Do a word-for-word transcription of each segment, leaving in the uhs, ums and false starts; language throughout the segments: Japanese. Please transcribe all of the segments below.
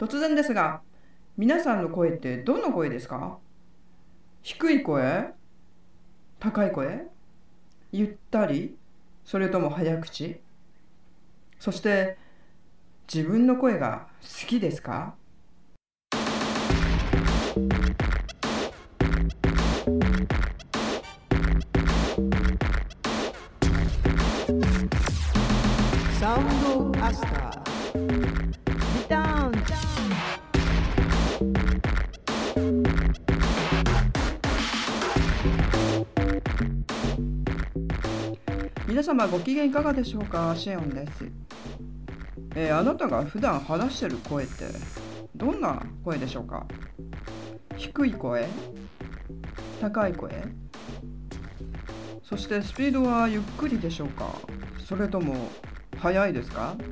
突然ですが、皆さんの声ってどんな声ですか？低い声、高い声、ゆったり、それとも早口？そして自分の声が好きですか？ サウンドアスターリターン。 皆様ご機嫌いかがでしょうか？シェヨンです。えーあなたが普段話してる声ってどんな声でしょうか？低い声、高い声、そしてスピードはゆっくりでしょうか？それとも速いですか？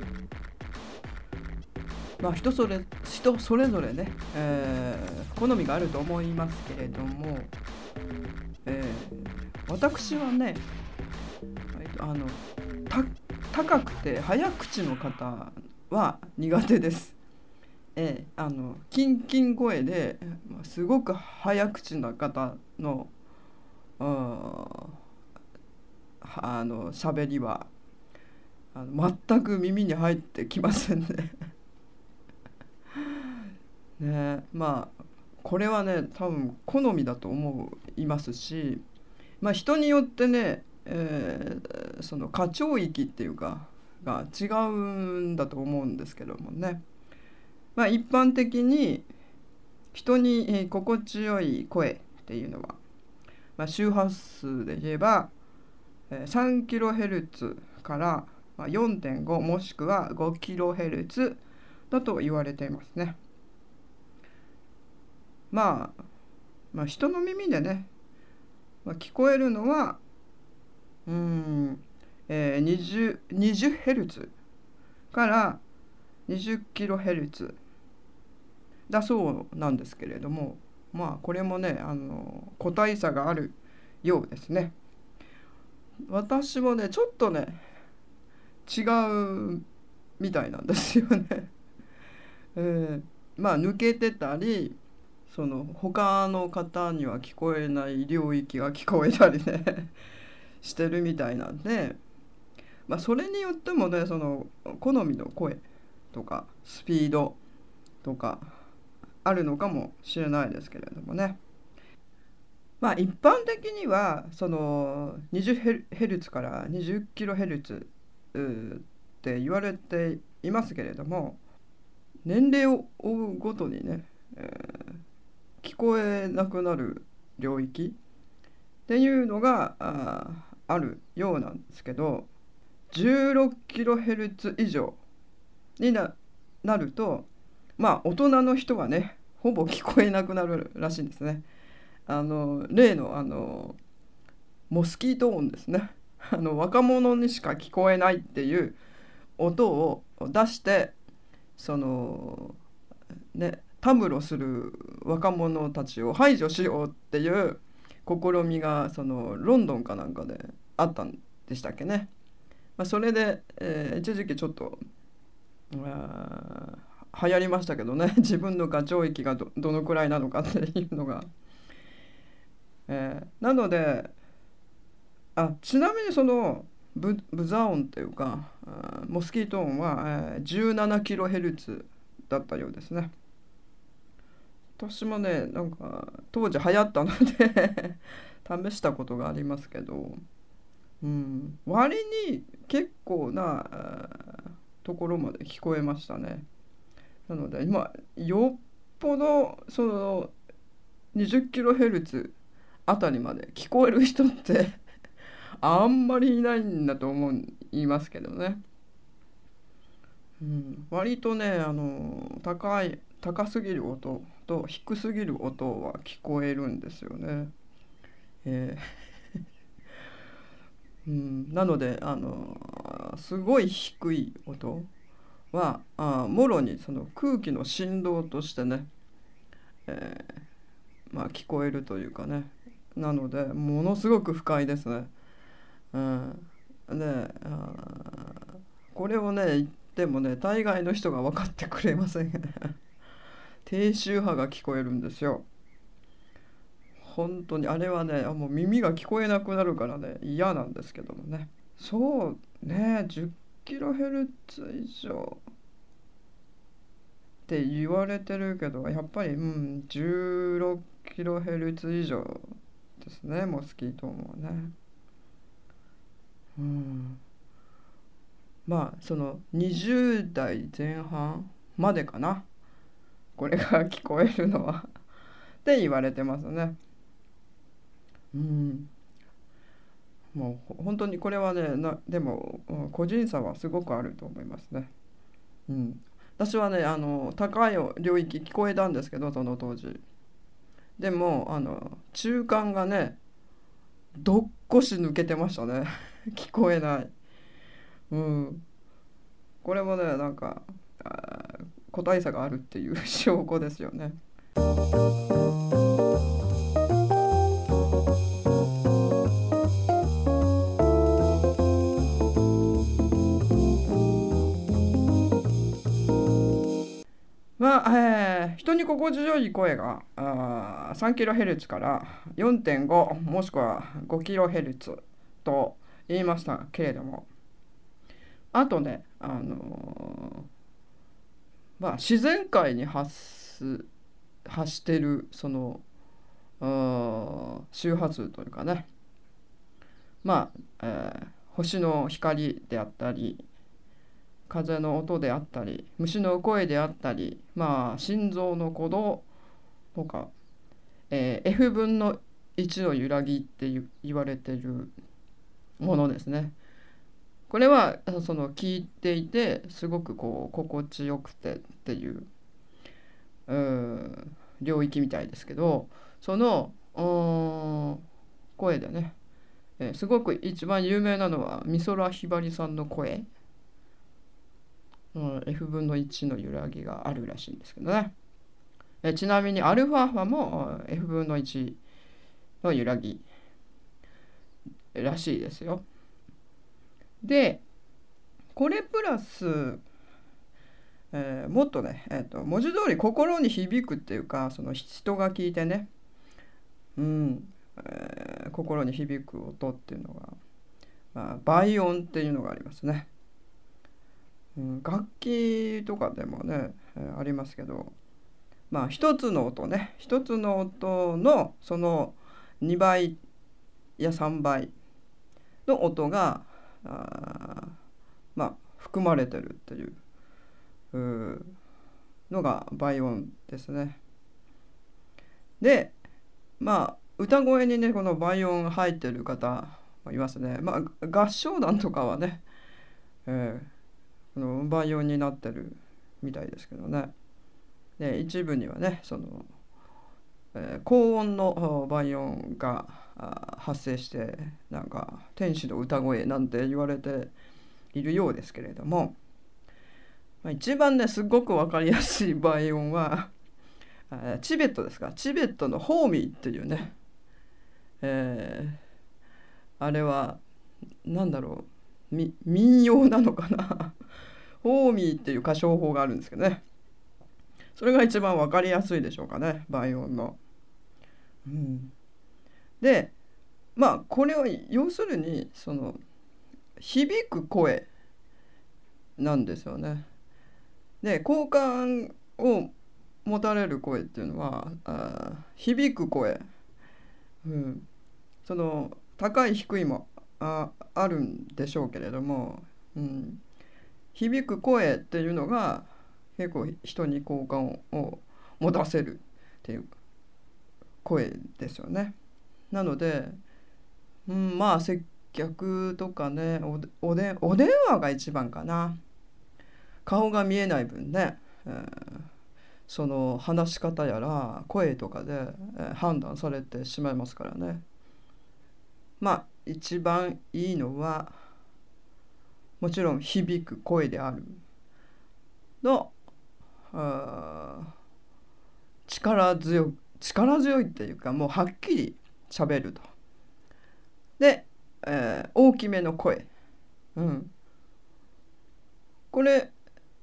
まあ人それ人それぞれね、えー好みがあると思いますけれども、えー私はね、えっとあのた高くて早口の方は苦手です。えーあのキンキン声で、まあすごく早口な方のあーあの喋りはあの全く耳に入ってきませんね。ね、まあこれはね多分好みだと思いますし、まあ人によってね、えーその過聴域っていうかが違うんだと思うんですけどもね。まあ一般的に人にえー心地よい声っていうのは、まあ、周波数で言えばえー さんキロヘルツ からまあ よんてんご もしくは ごキロヘルツ だと言われていますね。まあ、まあ人の耳でね、まあ、聞こえるのはうーん、えー、20, にじゅうヘルツからにじゅうキロヘルツだそうなんですけれども、まあこれもねあの個体差があるようですね。私もねちょっとね違うみたいなんですよね。えーまあ抜けてたり、その他の方には聞こえない領域が聞こえたりねしてるみたいなんで、まあ、それによってもねその好みの声とかスピードとかあるのかもしれないですけれどもね。まあ一般的にはそのにじゅうヘルツからにじゅうキロヘルツって言われていますけれども、年齢を追うごとにね、えー聞こえなくなる領域っていうのがああるようなんですけど、 じゅうろくキロヘルツ 以上にな、なるとまあ大人の人はねほぼ聞こえなくなるらしいんですね。あの例のあのモスキート音ですね。あの若者にしか聞こえないっていう音を出してそのねたむろする若者たちを排除しようっていう試みがそのロンドンかなんかであったんでしたっけね。まあ、それで、えー一時期ちょっとあー流行りましたけどね。自分のガチョウ域が ど, どのくらいなのかっていうのが、えーなのであちなみにそのブブザー音っていうかあモスキート音は、えー、じゅうななキロヘルツ だったようですね。私もねなんか当時流行ったので試したことがありますけど、うん、割に結構なところまで聞こえましたね。なので今よっぽどその にじゅうキロヘルツ あたりまで聞こえる人ってあんまりいないんだと思いますけどね。うん、割とねあの高い高すぎる音と低すぎる音は聞こえるんですよね。えーうん、なのであのすごい低い音はあもろにその空気の振動としてね、えーまあ、聞こえるというかね。なのでものすごく不快ですね。うん、であこれをね言ってもね大概の人が分かってくれませんよね。 低周波が聞こえるんですよ。本当にあれはね、もう耳が聞こえなくなるからね、嫌なんですけどもね。そうね、じゅっキロヘルツ以上って言われてるけど、やっぱり、うん、じゅうろっキロヘルツ以上ですね、モスキート音はね。うん、まあそのにじゅう代前半までかな、これが聞こえるのはって言われてますね。うん、もう本当にこれはね、なでもうん個人差はすごくあると思いますね。うん、私はね、あの高い領域聞こえたんですけど、その当時。でもあの中間がね、どっこし抜けてましたね聞こえない。うん、これもね、なんかあ個体差があるっていう証拠ですよね。まあ、えー人に心地よい声があー さんキロヘルツ から よんてんご もしくは ごキロヘルツ と言いましたけれども、あとね、あのーまあ、自然界に発す発してるそのあー周波数というかね、まあ、えー星の光であったり、風の音であったり、虫の声であったり、まあ心臓の鼓動とか、えー エフ 分のいちの揺らぎって言われてるものですね。これはその聞いていてすごくこう心地よくてっていう、うー領域みたいですけど、そのうーん声でね、えーすごく一番有名なのは美空ひばりさんの声、うん、エフ 分のいちの揺らぎがあるらしいんですけどね。えちなみにアルファ波も エフ 分のいちの揺らぎらしいですよ。で、これプラス、えーもっとね、えーと、文字通り心に響くっていうか、その人が聞いてね、うんえー心に響く音っていうのが、まあ、倍音っていうのがありますね。うん、楽器とかでもね、えーありますけど、まあ一つの音ね、一つの音のそのにばいやさんばいの音があまあ含まれてるっていううのが倍音ですね。で、まあ歌声にねこの倍音入ってる方いますね。まあ合唱団とかはね、えー、この倍音になってるみたいですけどね。で一部にはねその、えー高音の倍音が発生してなんか天使の歌声なんて言われているようですけれども、まあ、一番ねすごく分かりやすい倍音はチベットですか。チベットのホーミーっていうね、えー、あれは何だろう、み民謡なのかなホーミーっていう歌唱法があるんですけどね、それが一番分かりやすいでしょうかね、倍音の。うん、でまあこれは要するにその響く声なんですよね。で交換を持たれる声っていうのはあ響く声、うん、その高い低いも あ, あるんでしょうけれども、うん、響く声っていうのが結構人に好感を持たせるっていう声ですよね。なので、うん、まあ接客とかね、お、おでお電話が一番かな。顔が見えない分ね、えーその話し方やら声とかで、えー判断されてしまいますからね。まあ一番いいのはもちろん響く声であるのあ力強い力強いっていうかもうはっきり喋ると。で、えー大きめの声、うん、これ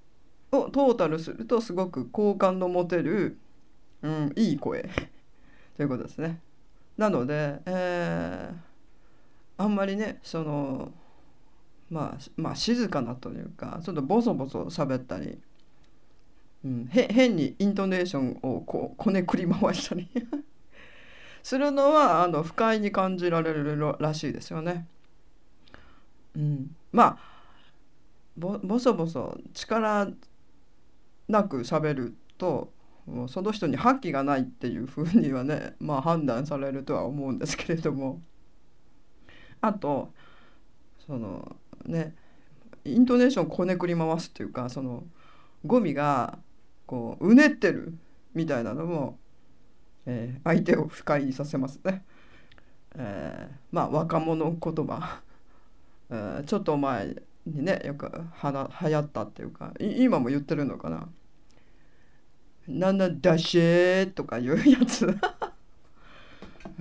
をトータルするとすごく好感の持てる、うん、いい声ということですね。なので、えー、あんまりねその、まあ、まあ静かなというかちょっとボソボソ喋ったり、うん、へ変にイントネーションをこうこねくり回したりするのはあの不快に感じられるらしいですよね。うん、まあボボソボソ力なく喋るともうその人に覇気がないっていうふうにはね、まあ、判断されるとは思うんですけれども、あとそのねイントネーションをこねくり回すっていうかその語尾がこううねってるみたいなのも、えー相手を不快にさせますね。えーまあ若者言葉、えーちょっと前にねよくはな流行ったっていうかい今も言ってるのかな、なんだだしーとかいうやつ、うん、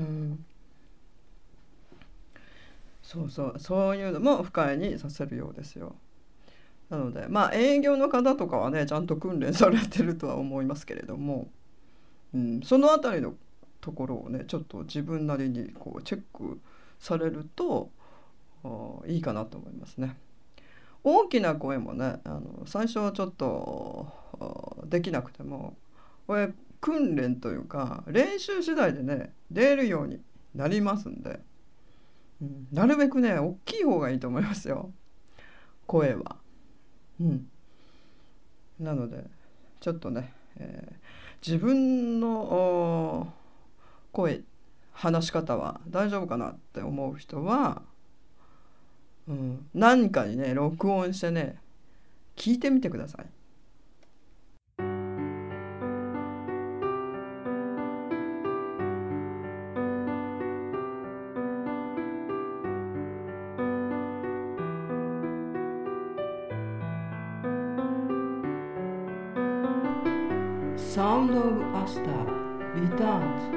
そうそうそういうのも不快にさせるようですよ。なのでまあ営業の方とかはねちゃんと訓練されてるとは思いますけれども、うん、そのあたりのところをねちょっと自分なりにこうチェックされるといいかなと思いますね。大きな声もねあの最初はちょっとできなくてもこれ訓練というか練習次第でね出るようになりますんで、うん、なるべくね大きい方がいいと思いますよ声は。うん、なのでちょっとね、えー自分の声話し方は大丈夫かなって思う人は、うん、何かにね録音してね聞いてみてください。 Sound of Asta returns.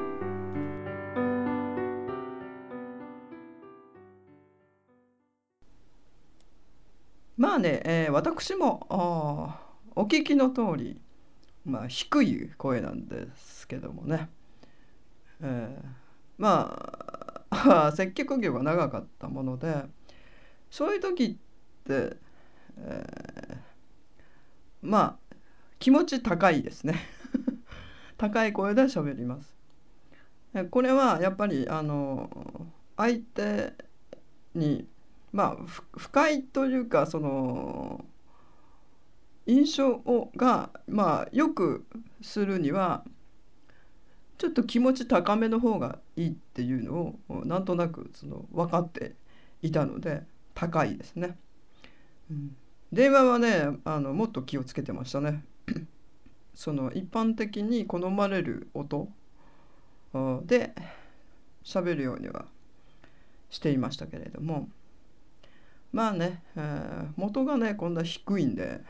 まあね、えー私もあーお聞きの通り、まあ、低い声なんですけどもね、えーまあ接客業が長かったものでそういう時って、えーまあ気持ち高いですね高い声で喋ります。えこれはやっぱりあの相手にまあ不不快というかその印象をがまあよくするにはちょっと気持ち高めの方がいいっていうのをなんとなくその分かっていたので高いですね。うん、電話はねあのもっと気をつけてましたね。その一般的に好まれる音あで喋るようにはしていましたけれども、まあね、えー元がねこんな低いんで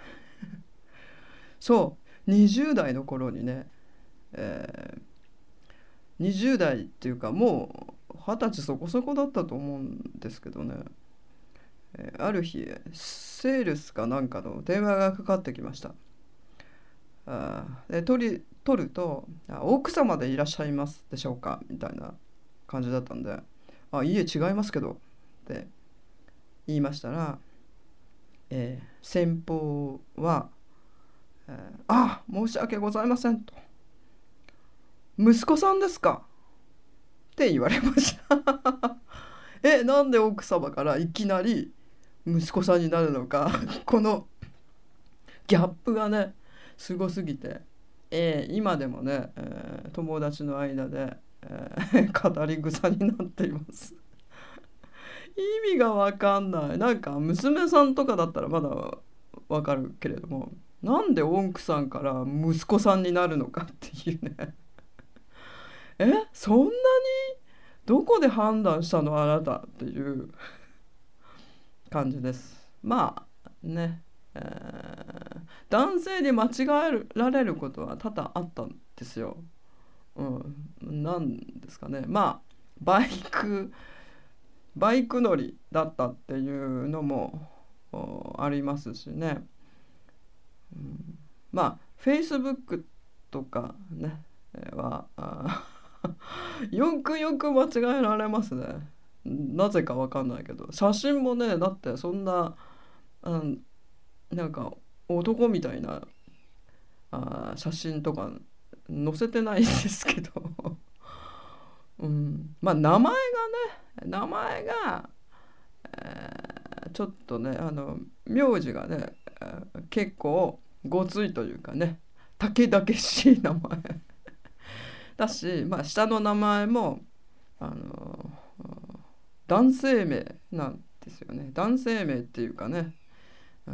そうにじゅう代の頃にね、えーにじゅう代っていうかもうはたちそこそこだったと思うんですけどね、えーある日セールスかなんかの電話がかかってきました。あーで取り取るとあ奥様でいらっしゃいますでしょうかみたいな感じだったんで、あいいえ違いますけどって言いましたら、えー先方は、えーあ申し訳ございませんと息子さんですかって言われましたえなんで奥様からいきなり息子さんになるのかこのギャップがねすごすぎて、えー今でもね、えー友達の間で、えー語り草になっています意味がわかんない。なんか娘さんとかだったらまだわかるけれどもなんで奥さんから息子さんになるのかっていうねえそんなにどこで判断したのあなたっていう感じです。まあね、えー男性に間違えられることは多々あったんですよ。うん、なんですかね。まあバイクバイク乗りだったっていうのもおありますしね。 うん、まあ Facebook とかねはよくよく間違えられますね。なぜかわかんないけど、写真もねだってそんな、うん、なんか男みたいなあ写真とか載せてないですけどうん、まあ名前がね名前が、えーちょっとねあの名字がね、えー結構ごついというかね武々しい名前だし、まあ、下の名前もあの男性名なんですよね。男性名っていうかね、うん、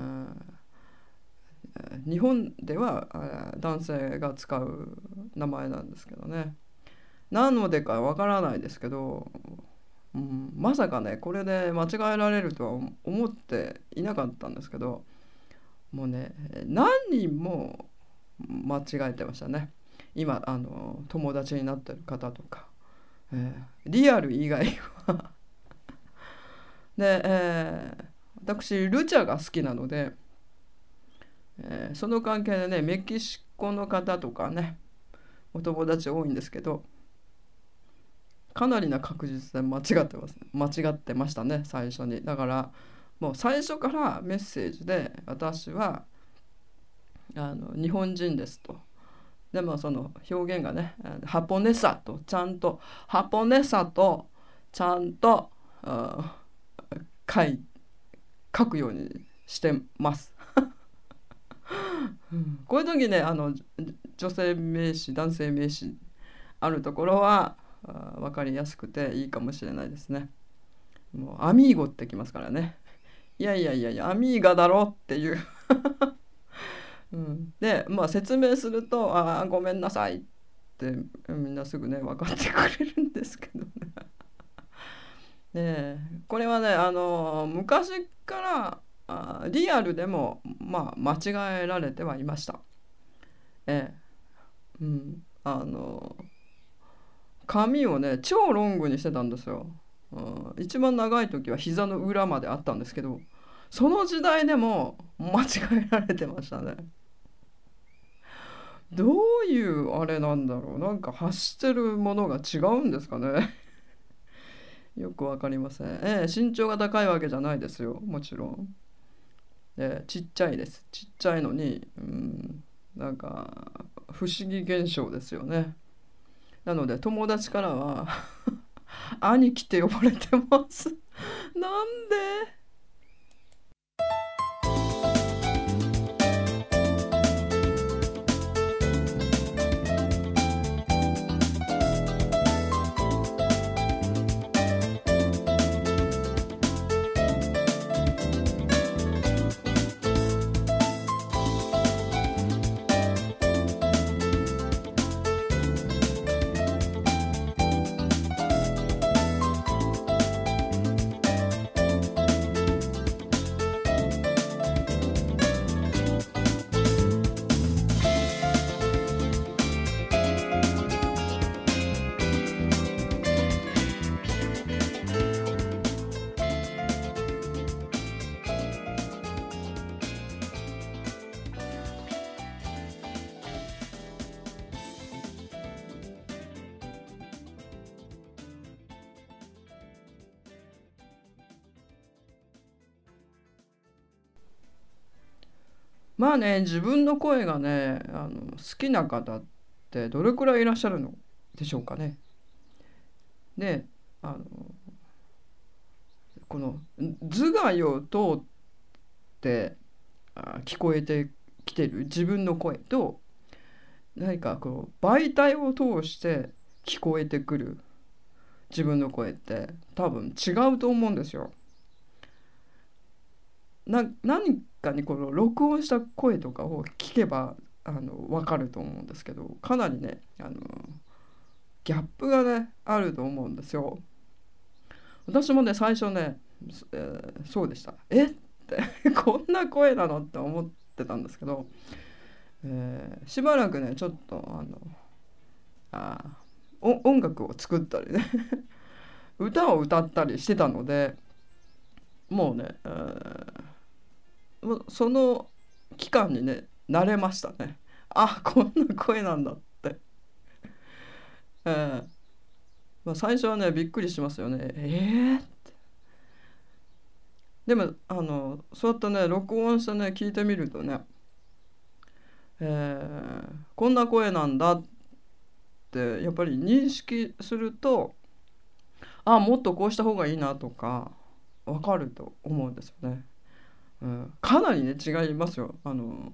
日本では男性が使う名前なんですけどね。なのでかわからないですけど、うん、まさかねこれで間違えられるとは思っていなかったんですけど、もうね何人も間違えてましたね。今あの友達になってる方とか、えーリアル以外はで、えー私ルチャが好きなので、えーその関係でねメキシコの方とかねお友達多いんですけど、かなりな確実で間違ってます間違ってましたね最初に。だからもう最初からメッセージで私はあの日本人ですと。でもその表現がねハポネサとちゃんとハポネサとちゃんとあ書い書くようにしてます。うん、こういう時ねあの女性名詞男性名詞あるところはあ分かりやすくていいかもしれないですね。もうアミーゴってきますからね。いやいやいやいやアミーガだろっていう、うん、でまあ説明すると「あーごめんなさい」ってみんなすぐね分かってくれるんですけどね。でこれはねあの昔からあリアルでもまあ間違えられてはいました。ええ、うん、あの髪をね超ロングにしてたんですよ。うん、一番長い時は膝の裏まであったんですけど、その時代でも間違えられてましたね。どういうあれなんだろう、なんか発してるものが違うんですかね。よくわかりません。ええ、身長が高いわけじゃないですよもちろん。ええ、ちっちゃいです。ちっちゃいのに、うん、なんか不思議現象ですよね。なので友達からは兄貴って呼ばれてます。なんで。まあね自分の声がねあの好きな方ってどれくらいいらっしゃるのでしょうかね。であのこの頭蓋を通ってあ聞こえてきてる自分の声と何かこう媒体を通して聞こえてくる自分の声って多分違うと思うんですよ。な何かにこの録音した声とかを聞けばあの分かると思うんですけど、かなりねあのギャップがねあると思うんですよ。私もね最初ね、えーそうでした。えってこんな声なのって思ってたんですけど、えーしばらくねちょっとあのあお音楽を作ったりね歌を歌ったりしてたので、もうね、えーもうその期間にね慣れましたね。あ、こんな声なんだって、えーまあ、最初はねびっくりしますよね。えー、でもあのそうやってね録音してね聞いてみるとね、えーこんな声なんだってやっぱり認識すると、あ、もっとこうした方がいいなとか分かると思うんですよね。うん、かなりね違いますよ。あの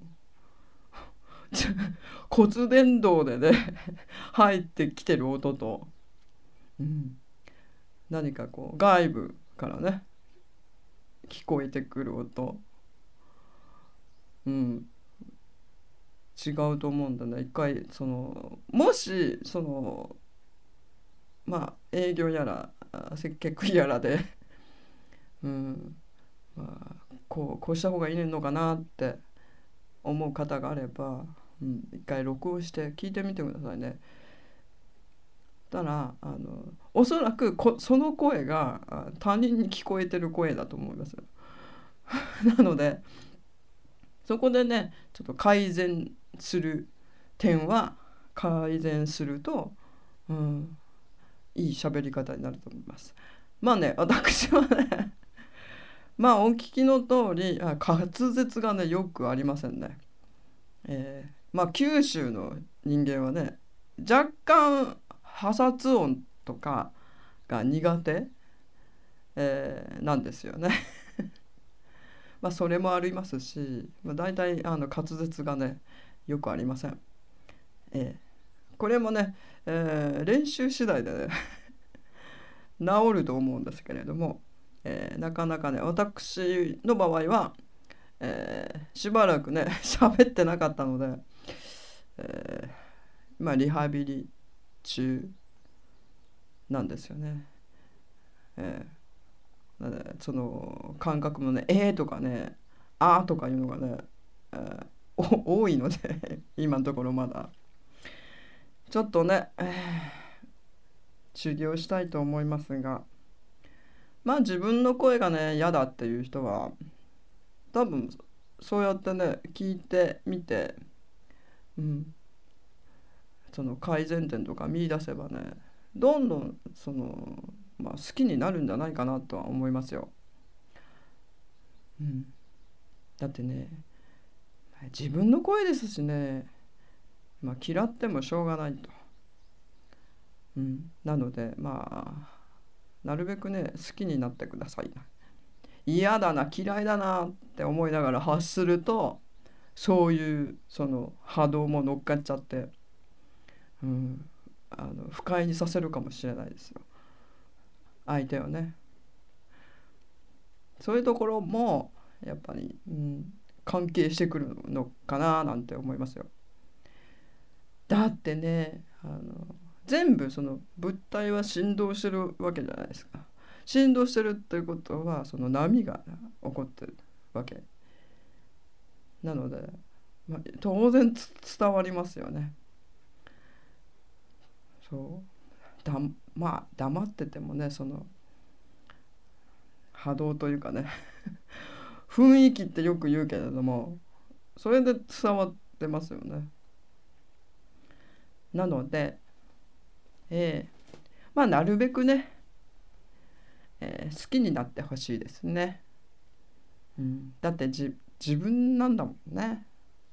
骨伝導でね入ってきてる音と、うん、何かこう外部からね聞こえてくる音、うん、違うと思うんだね。一回そのもしそのまあ営業やらあ接客やらで、うん、まあ、こうこうした方がいいのかなって思う方があれば、うん、一回録音して聞いてみてくださいね。たらあのおそらくこその声があ他人に聞こえてる声だと思います。なのでそこでねちょっと改善する点は改善すると、うん、いい喋り方になると思います。まあね私はねまあお聞きの通りあ滑舌がねよくありませんね。えーまあ九州の人間はね若干破殺音とかが苦手、えーなんですよね。まあそれもありますし、まあ、大体あの滑舌がねよくありません。えーこれもね、えー練習次第でね治ると思うんですけれども、えーなかなかね私の場合は、えーしばらくね喋ってなかったので、えーまあリハビリ中なんですよね。えーなのでその感覚もね「えー」とかね「あー」とかいうのがね、えーお多いので今のところまだちょっとね、えー修行したいと思いますが、まあ自分の声がね嫌だっていう人は多分そうやってね聞いてみて、うん、その改善点とか見出せばねどんどんその、まあ、好きになるんじゃないかなとは思いますよ。うん、だってね自分の声ですしね、まあ、嫌ってもしょうがないと、うん、なのでまあなるべくね好きになってくださいな。嫌だな嫌いだなって思いながら発するとそういうその波動も乗っかっちゃって、うん、あの不快にさせるかもしれないですよ相手をね。そういうところもやっぱり、うん、関係してくるのかななんて思いますよ。だってねあの全部その物体は振動してるわけじゃないですか。振動してるということはその波が起こってるわけなので、まあ、当然伝わりますよね。そうだまあ黙っててもねその波動というかね雰囲気ってよく言うけれどもそれで伝わってますよね。なので、えー、まあなるべくね、えー好きになってほしいですね。うん、だってじ自分なんだもんね。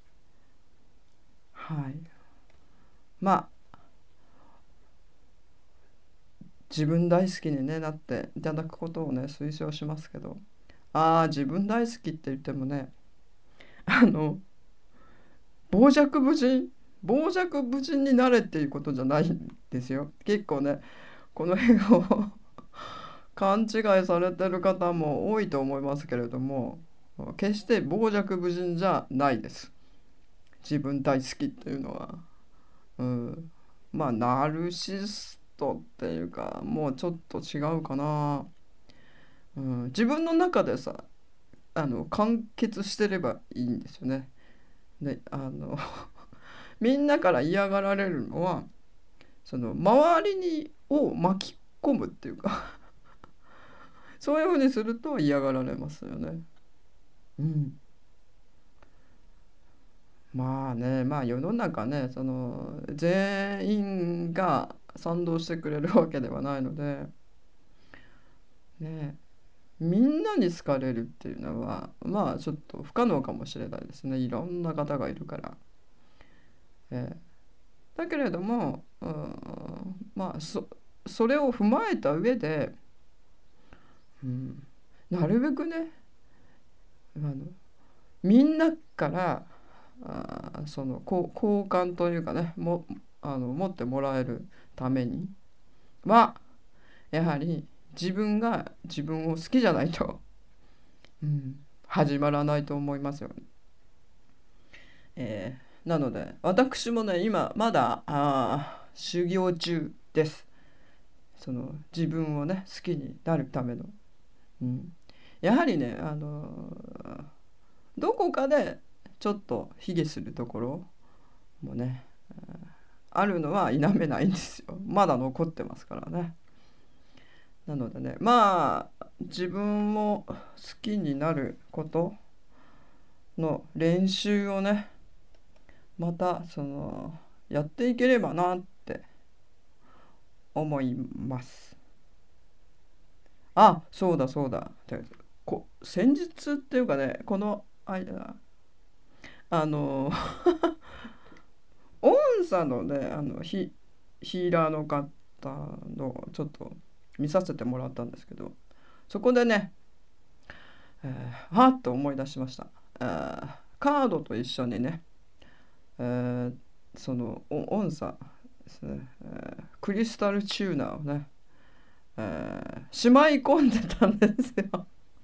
はい。まあ自分大好きに、ね、なっていただくことをね推奨しますけど、ああ自分大好きって言ってもねあの傍若無人傍若無人になれっていうことじゃないんですよ。結構ねこの辺を勘違いされてる方も多いと思いますけれども、決して傍若無人じゃないです。自分大好きっていうのは、うん、まあナルシストっていうかもうちょっと違うかな、うん、自分の中でさあの完結してればいいんですよね。であのみんなから嫌がられるのはその周りにを巻き込むっていうかそういうふうにすると嫌がられますよね。うん、 まあね、まあ世の中ね、その全員が賛同してくれるわけではないので、ね、みんなに好かれるっていうのはまあちょっと不可能かもしれないですね。いろんな方がいるから。えー、だけれども、うん、まあ そ, それを踏まえた上で、うん、なるべくね、あのみんなからあその好好感というかね、もあの持ってもらえるためにはやはり自分が自分を好きじゃないと、うん、始まらないと思いますよね。えー、なので私もね今まだあ修行中です。その自分をね好きになるための、うん、やはりね、あのーどこかでちょっと卑下するところもねあるのは否めないんですよ。まだ残ってますからね。なのでね、まあ自分も好きになることの練習をねまたそのやっていければなって思います。あ、そうだそうだ。こ先日っていうかね、この間あの音叉のねあのヒ、ヒーラーの方のちょっと見させてもらったんですけど、そこでね、えー、はっと思い出しました。えー、カードと一緒にね、えー、その音叉ですね、えー、クリスタルチューナーをね、えー、しまい込んでたんですよ。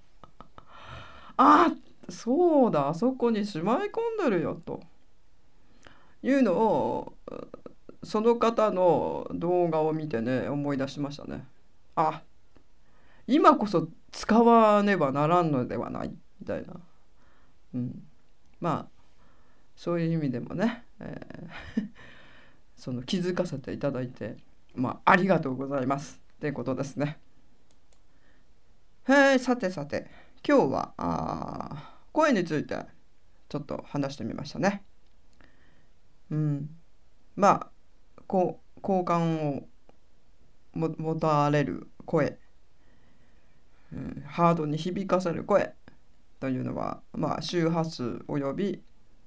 あ、そうだ、あそこにしまい込んでるよというのをその方の動画を見てね思い出しましたね。あ、今こそ使わねばならんのではないみたいな、うん、まあそういう意味でもね、えー、その気づかせていただいて、まあありがとうございますってことですね。へえ、さてさて今日はあ声についてちょっと話してみましたね。うん、まあこう好感をも持たれる声、うん、ハードに響かせる声というのは、まあ、周波数および、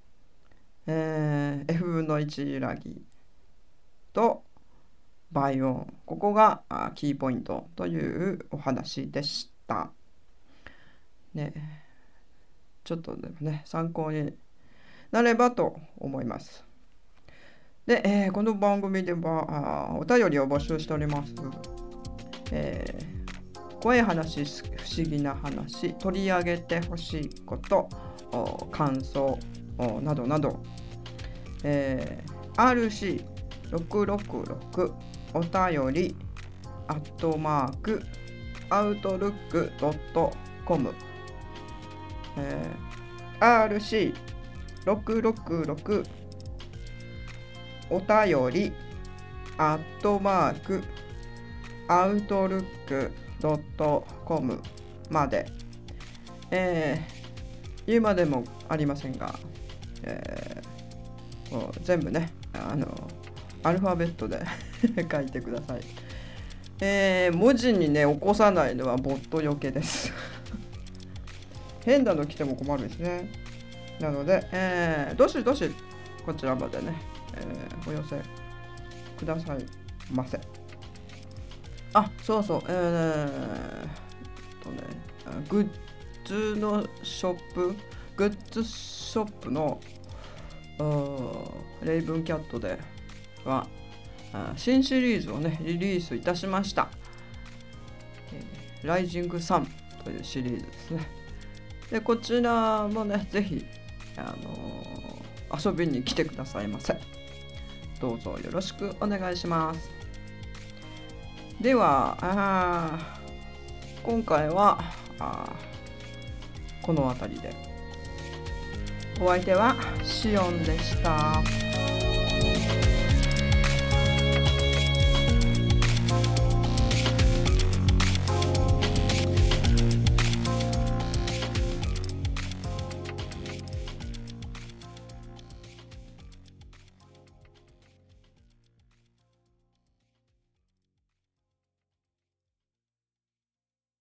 えー、エフぶんのいちラギと倍音、ここがキーポイントというお話でした。ね、ちょっとでもね参考になればと思います。で、えー、この番組ではお便りを募集しております。えー、怖い話、不思議な話、取り上げてほしいこと、感想などなど、えー、アールシーろくろくろく お便りアットマークアウトルックドットコム、えー、アールシーろくろくろく お便りアットマークアウトルックドットコムまで、えー、言うまでもありませんが、えー、もう全部ねあのアルファベットで書いてください。えー、文字にね起こさないのはボットよけです変なの来ても困るんですね。なので、えー、どしどしこちらまでね、えー、お寄せくださいませ。あ、そうそう、えー、とね、グッズのショップ、グッズショップのレイブンキャットでは新シリーズをねリリースいたしました。えー、ライジングサンというシリーズですね。でこちらもねぜひ、あのー、遊びに来てくださいませ。どうぞよろしくお願いします。ではあ今回はあこの辺りで。お相手はシオンでした。